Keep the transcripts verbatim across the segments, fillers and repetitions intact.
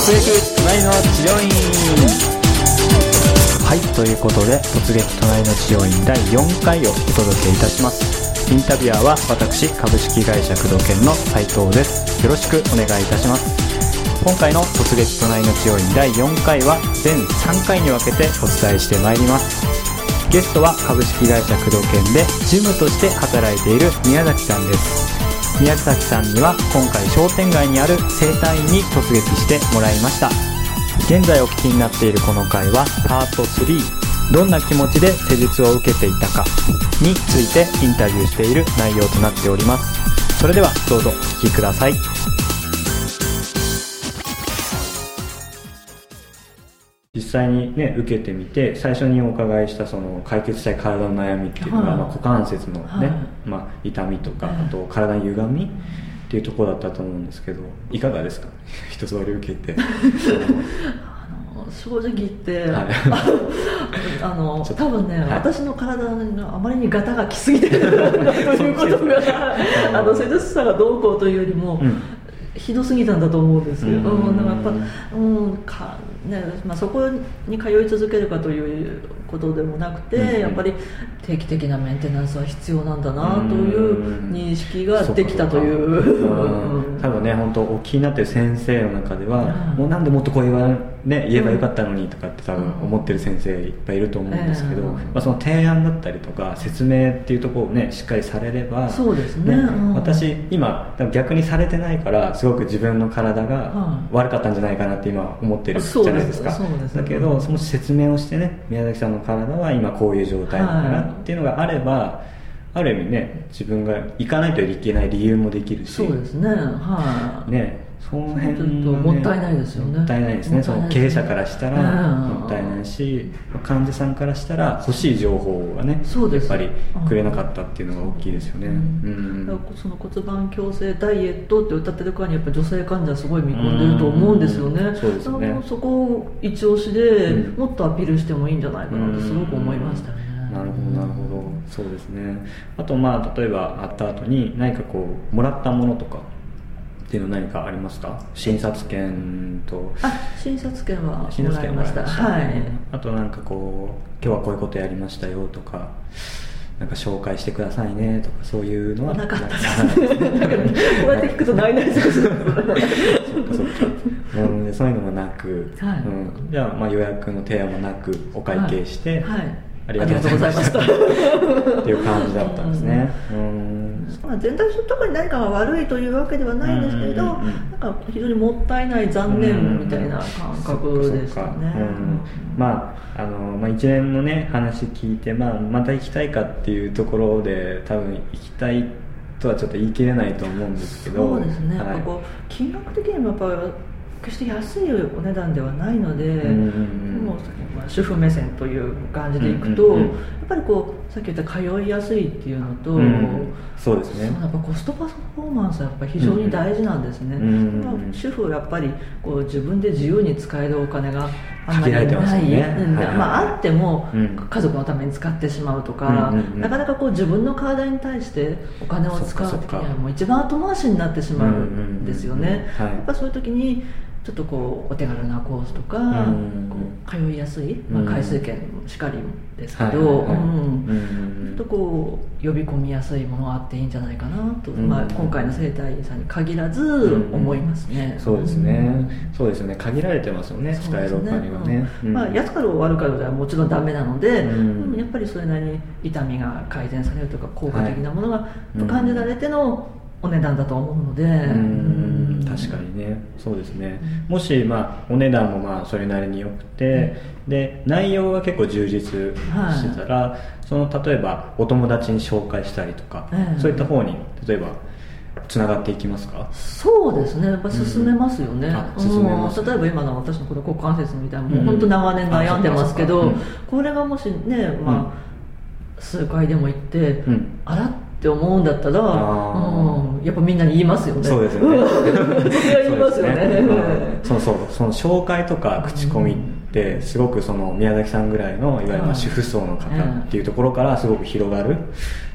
突撃隣の治療院。はい、ということで突撃隣の治療院だいよんかいをお届けいたします。インタビュアーは私、株式会社工藤研の斉藤です。よろしくお願いいたします。今回の突撃隣の治療院だいよんかいは全さんかいに分けてお伝えしてまいります。ゲストは株式会社工藤研で事務として働いている宮崎さんです。宮崎さんには今回商店街にある整体院に突撃してもらいました。現在お聞きになっているこの回はパートスリー、どんな気持ちで施術を受けていたかについてインタビューしている内容となっております。それではどうぞお聞きください。実際にね受けてみて最初にお伺いしたその解決したい体の悩みっていうのが、はい、まあ、股関節のね、はい、まあ、痛みとか、はい、あと体の歪みっていうところだったと思うんですけど、いかがですか一通り受けて。 あの正直言って、はい、あの多分ね、はい、私の体があまりにガタが来すぎてるということがあの施術者がどうこうというよりも、うん、ひどすぎたんだと思うんですよ。うん、だからやっぱ、うんかね、まあ、そこに通い続けるかということでもなくて、うん、やっぱり定期的なメンテナンスは必要なんだなという認識ができたという。 多分ね、本当お気になってる先生の中では、うん、もうなんでもっとこう言わ、ね、言えばよかったのにとかって多分思ってる先生いっぱいいると思うんですけど、うん、まあ、その提案だったりとか説明っていうところをねしっかりされれば、 そうですね、 ね、 うん、 私今逆にされてないからすごく自分の体が悪かったんじゃないかなって今思ってるじゃないですか。だけどその説明をしてね、宮崎さんの体は今こういう状態だからっていうのがあれば、はい、ある意味ね自分が行かないといけない理由もできるし、 そうですね、はい、 ね、その辺の、ね、 もったいないですよね。 もったいないですね。その経営者からしたらもったいないし、患者さんからしたら欲しい情報がね、 そうです、 やっぱりくれなかったっていうのが大きいですよね。うんうん、 その骨盤矯正ダイエットって歌ってるからにやっぱ女性患者すごい見込んでると思うんですよね。そうですね。そこを一押しでもっとアピールしてもいいんじゃないかなとすごく思いましたよね。 なるほどなるほど、そうですね。あとまあ例えば会った後に何かこうもらったものとかっていうのは何かありますか？診察券と、 あ、診察券はもらいました。はい。 あとなんかこう今日はこういうことやりましたよとか、なんか紹介してくださいねとか、そういうのはなかったですね。こうやって聞くとないないですけど。そっかそっか。 うん、そういうのもなく、はい、うん、じゃあまあ予約の提案もなくお会計して、はいはい、ありがとうございましたっていう感じだったんですね。うん、 まあ、全体特に何かが悪いというわけではないんですけれど、うんうんうん、なんか非常にもったいない残念みたいな感覚でしたね。うん、 まああのまあ、一連のね話聞いて、まあ、また行きたいかっていうところで多分行きたいとはちょっと言い切れないと思うんですけど、 そうですね、はい、やっぱこう金額的にもやっぱ決して安いお値段ではないので、うんうんうん、もう主婦目線という感じでいくと、うんうんうん、やっぱりこうさっき言った通いやすいっていうのと、うん、 そうですね、 やっぱコストパフォーマンスはやっぱり非常に大事なんですね。うんうん、主婦はやっぱりこう自分で自由に使えるお金があんまりない、ね、うん、はいはい、まあ、あっても家族のために使ってしまうとか、うんうんうん、なかなかこう自分の体に対してお金を使う時にはもう一番後回しになってしまうんですよね。やっぱそういう時にちょっとこうお手軽なコースとか、うん、こう通いやすい、まあ、回数券もしかりですけど、ちょっとこう呼び込みやすいものがあっていいんじゃないかなと、うん、まあ、今回の整体院さんに限らず思いますね。 うん、そうですね、そうですよね、限られてますよね、使えるお金がね。 うん、まあ、安かろう悪かろうではもちろんダメなので、うん、やっぱりそれなりに痛みが改善されるとか効果的なものが感じられてのお値段だと思うので、うん、 確かにね、そうですね。もし、まあ、お値段もまあそれなりによくて、うん、で内容が結構充実してたら、はい、その例えばお友達に紹介したりとか、うん、そういった方に例えばつながっていきますか？ そうですね、やっぱ進めますよね。うん、進めます、例えば今の私のこの股関節みたいな、もう本当長年悩んでますけど、うん、これがもしね、まあ、数回でも行って、うん、あらって思うんだったら、うん、やっぱみんなに言いますよね。 そうですよね。 言いますよね。 そうそう、その紹介とか口コミってすごくその宮崎さんぐらいのいわゆる主婦層の方っていうところからすごく広がるっ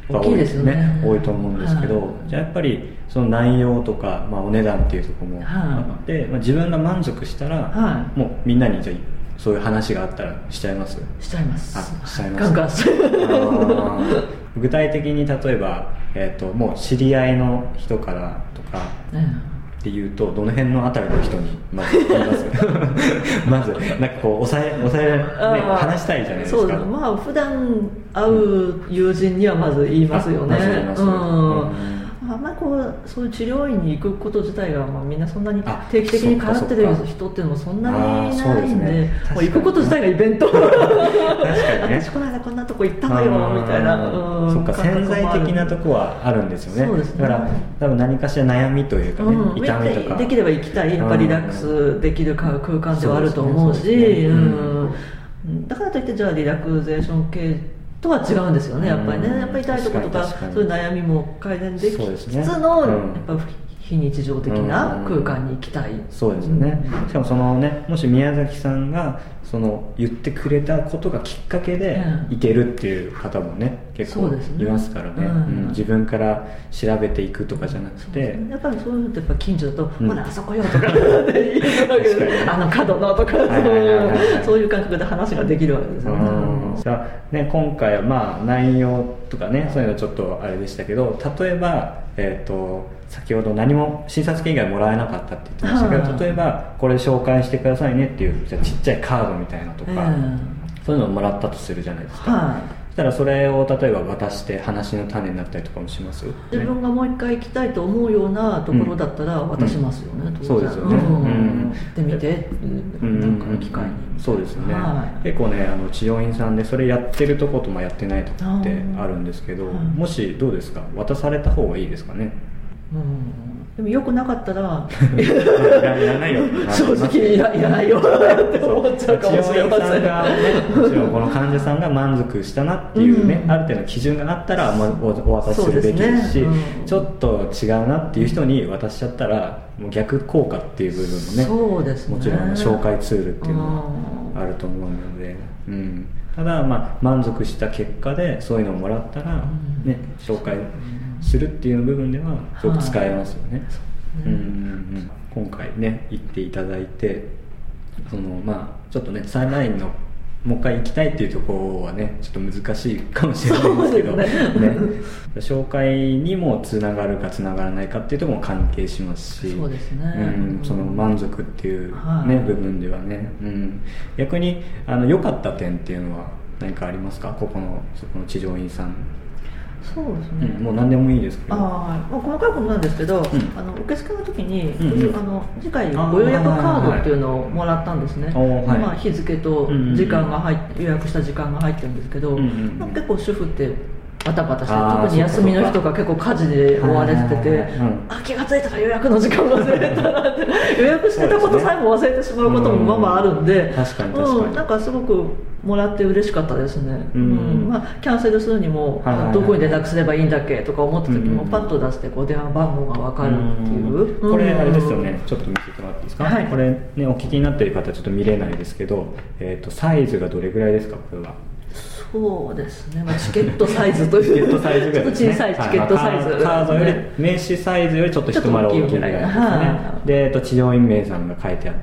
大きいですよね、 多いと思うんですけど、はい、じゃあやっぱりその内容とか、まあ、お値段っていうところもあって、はい、まあ、自分が満足したら、はい、もうみんなにじゃあそういう話があったらしちゃいます？ しちゃいます。 あ、しちゃいます。 ガンガンする。 具体的に例えば、えーと、もう知り合いの人からとか、うん、っていうとどの辺のあたりの人にまず言いますまずなんかこう抑え抑え、ね、話したいじゃないですか。 そうです。まあ普段会う友人にはまず言いますよね。まず言います。うん。あんまりこうそういう治療院に行くこと自体が、まあ、みんなそんなに定期的に通ってる人っていうのもそんなにいないんで、ね、もう行くこと自体がイベント。確かにね。私この間こんなとこ行ったのよみたいな。うん、 そっか、潜在的なとこはあるんですよね。そうですね。だから多分何かしら悩みというかね、うん、痛みとかできれば行きたい、やっぱりリラックスできる空間ではあると思うし、だからといってじゃあリラクゼーション系とは違うんですよね、やっぱりね。やっぱり痛いところとかそういう悩みも改善できつつの、やっぱ非日常的な空間に行きたい。 そうですね。しかもそのね、もし宮崎さんがその言ってくれたことがきっかけで行けるっていう方もね、結構いますからね。うん、自分から調べていくとかじゃなくて、 ね、やっぱりそういうのってやっぱ近所だと、うん、ほらあそこよとかあの角のとか、そういう感覚で話ができるわけですよね。 じゃあね、今回はまあ内容とかね、そういうのちょっとあれでしたけど、例えば、えーと、先ほど何も診察券以外もらえなかったって言ってましたけど、例えばこれ紹介してくださいねっていうじゃあちっちゃいカードみたいなとか、えー、そういうのをもらったとするじゃないですか。はい、そしたらそれを例えば渡して話の種になったりとかもします？ 自分がもう一回行きたいと思うようなところだったら渡しますよね、 うんうん、そうですよね、うん、 で見て、うん、なんかの機会に、 そうですね、はい、結構ね、あの治療院さんでそれやってるとこともやってないとこってあるんですけど、もしどうですか、渡された方がいいですかね？ うん、でもよくなかったらいらないよ正直いらないよって思っちゃうかもしれません。 もちろんこの患者さんが満足したなっていうね、うん、ある程度の基準があったらお渡しするべきですし、ね、うん、ちょっと違うなっていう人に渡しちゃったらもう逆効果っていう部分もね、 そうですね、 もちろん紹介ツールっていうのはあると思うので、うん、ただまあ満足した結果でそういうのをもらったら、ね、紹介するっていう部分ではすごく使えますよね。うんうんうん、今回ね行っていただいて、そのまあちょっとねサイラインのもう一回行きたいっていうところはねちょっと難しいかもしれないんですけど、ねね、紹介にもつながるかつながらないかっていうところも関係しますし、 そうですね、 うん、その満足っていう、ね、はい、部分ではね、うん、逆にあの良かった点っていうのは何かありますか？ここのそこの治療院さん。 そうですね、 うん、もう何でもいいですけど、 あ、まあ、細かいことなんですけど、うん、あの受付の時に、うん、あの次回ご予約カードっていうのをもらったんですね。はい、まあ、日付と時間が入って、予約した時間が入ってるんですけど、うん、まあ、結構主婦ってバタバタして、特に休みの日とか結構家事で追われてて、うん、あ、気がついたら予約の時間忘れたなって予約してたことさえも忘れてしまうこともまあまああるんで、 確かに確かに、うん、 なんかすごくもらって嬉しかったですね。うん、うん、まあ、キャンセルするにも、はいはいはい、どこに連絡すればいいんだっけとか思った時も、うん、パッと出してこう電話番号が分かるっていう、うん、 これあれですよね、ちょっと見せてもらっていいですか？はい、これね、お聞きになっている方はちょっと見れないですけど、えーと、サイズがどれぐらいですか？これはそうですね、まあ、チケットサイズというチケットサイズぐらいですね、 ちょっと小さいチケットサイズ、 はい、カードより、名刺サイズよりちょっと一回り大きいぐらいですね。はい、で、えっと、治療院名さんが書いてあって、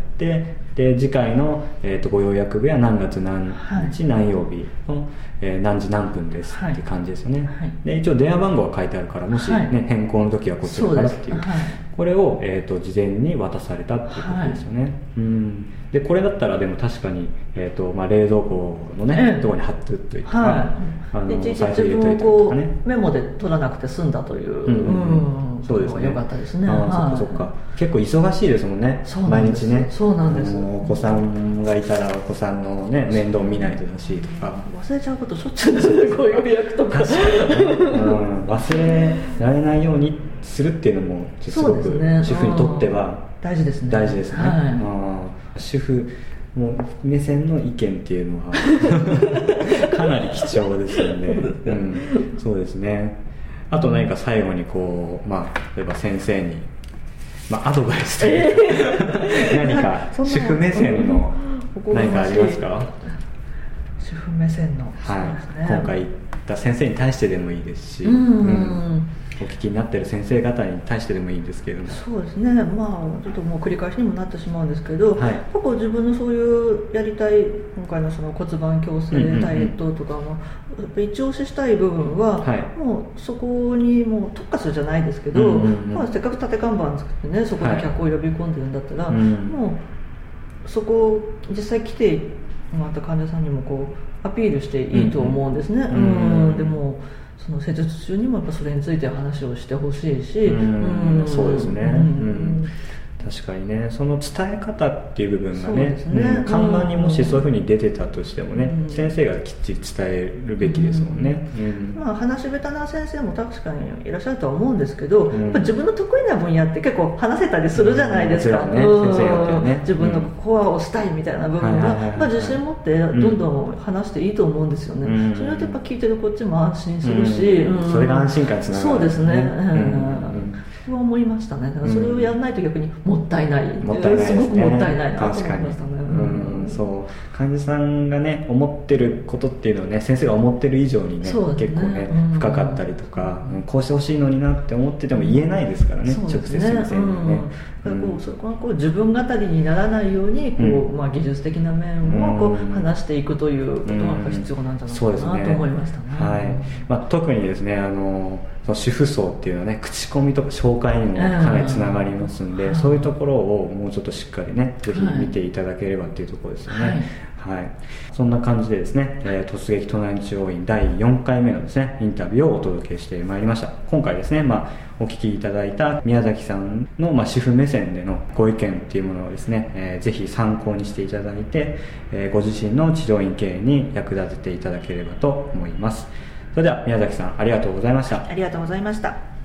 で次回の、えー、とご予約日は何月何日何曜日の、えー、何時何分ですっていう感じですよね。はい、で一応電話番号が書いてあるから、もし、ね、はい、変更の時はこちらからっていう、はい、これを、えー、と事前に渡されたっていうことですよね。はい、うん、でこれだったらでも確かに、えーとまあ、冷蔵庫のね、えー、ところに貼っておいてとか、はい、あのいちいち自分をこうメモで取らなくて済んだという、うんうんうん、そうですね、良かったですね。 あ、そっかそっか、結構忙しいですもんね、毎日ね。 そうなんです。 お子さんがいたらお子さんの、ね、面倒見ないとだしとか、 忘れちゃうことしょっちゅうですね、こういう予約とか。確かに、 うん、忘れられないようにするっていうのもすごく主婦にとっては大事ですね。 大事ですね。はい、あ、主婦もう目線の意見っていうのはかなり貴重ですよね。うん、そうですね。あと何か最後にこう、まあ、例えば先生に、まあ、アドバイスというか、えー、何か主婦目線の何かありますか？ 主婦目線の、 はい、ね、今回った先生に対してでもいいですし、 うんうんうんお聞きになっている先生方に対してでもいいんですけれども。 そうですね、まあちょっともう繰り返しにもなってしまうんですけど、 はい、 過去自分のそういうやりたい今回のその骨盤矯正ダイエットとかも、やっぱ一押ししたい部分は、はい、もうそこにもう特化するじゃないですけど、うんうんうんまあ、せっかく立て看板作ってねそこに客を呼び込んでるんだったら、はい、もうそこを実際来てもらった患者さんにもこうアピールしていいと思うんですね。うんうんうん、でもその施術中にもやっぱそれについて話をしてほしいし、 うんうん、そうですね、うんうん確かにねその伝え方っていう部分が ね, ね、うん、看板にもしそういうふうに出てたとしてもね、うん、先生がきっちり伝えるべきですもんね、うんうんまあ、話し下手な先生も確かにいらっしゃるとは思うんですけど、うん、やっぱ自分の得意な分野って結構話せたりするじゃないですか、 うんね先生がってね、 自分のコアを押したいみたいな部分は自信持ってどんどん話していいと思うんですよね、うん、それだとやっぱ聞いてるこっちも安心するし、 うんうん、それが安心感につながる、ね、 そうですね、うんそう思いましたね。だからそれをやらないと逆にもったいない、うん、 もったいないですね、 すごくもったいないなと思いましたね。 うん、そう患者さんがね思ってることっていうのはね先生が思ってる以上に ね, ね結構ね、うん、深かったりとか、うん、こうしてほしいのになって思ってても言えないですからね、うん、直接先生にね、 うん、こうそこはこう自分語りにならないようにこう、うんまあ、技術的な面をこう話していくということがやっぱ必要なんじゃないかなと思いましたね。 はいまあ、特にですねあのその主婦層っていうのはね口コミとか紹介にもかなりつながりますんで、うん、そういうところをもうちょっとしっかりねぜひ見ていただければっていうところですよね。はいはい、そんな感じでですね、えー、突撃隣の治療院だいよんかいめのですねインタビューをお届けしてまいりました。今回ですね、まあ、お聞きいただいた宮崎さんの、まあ、主婦目線でのご意見っていうものをですね、えー、ぜひ参考にしていただいて、えー、ご自身の治療院経営に役立てていただければと思います。それでは宮崎さんありがとうございました。 ありがとうございました。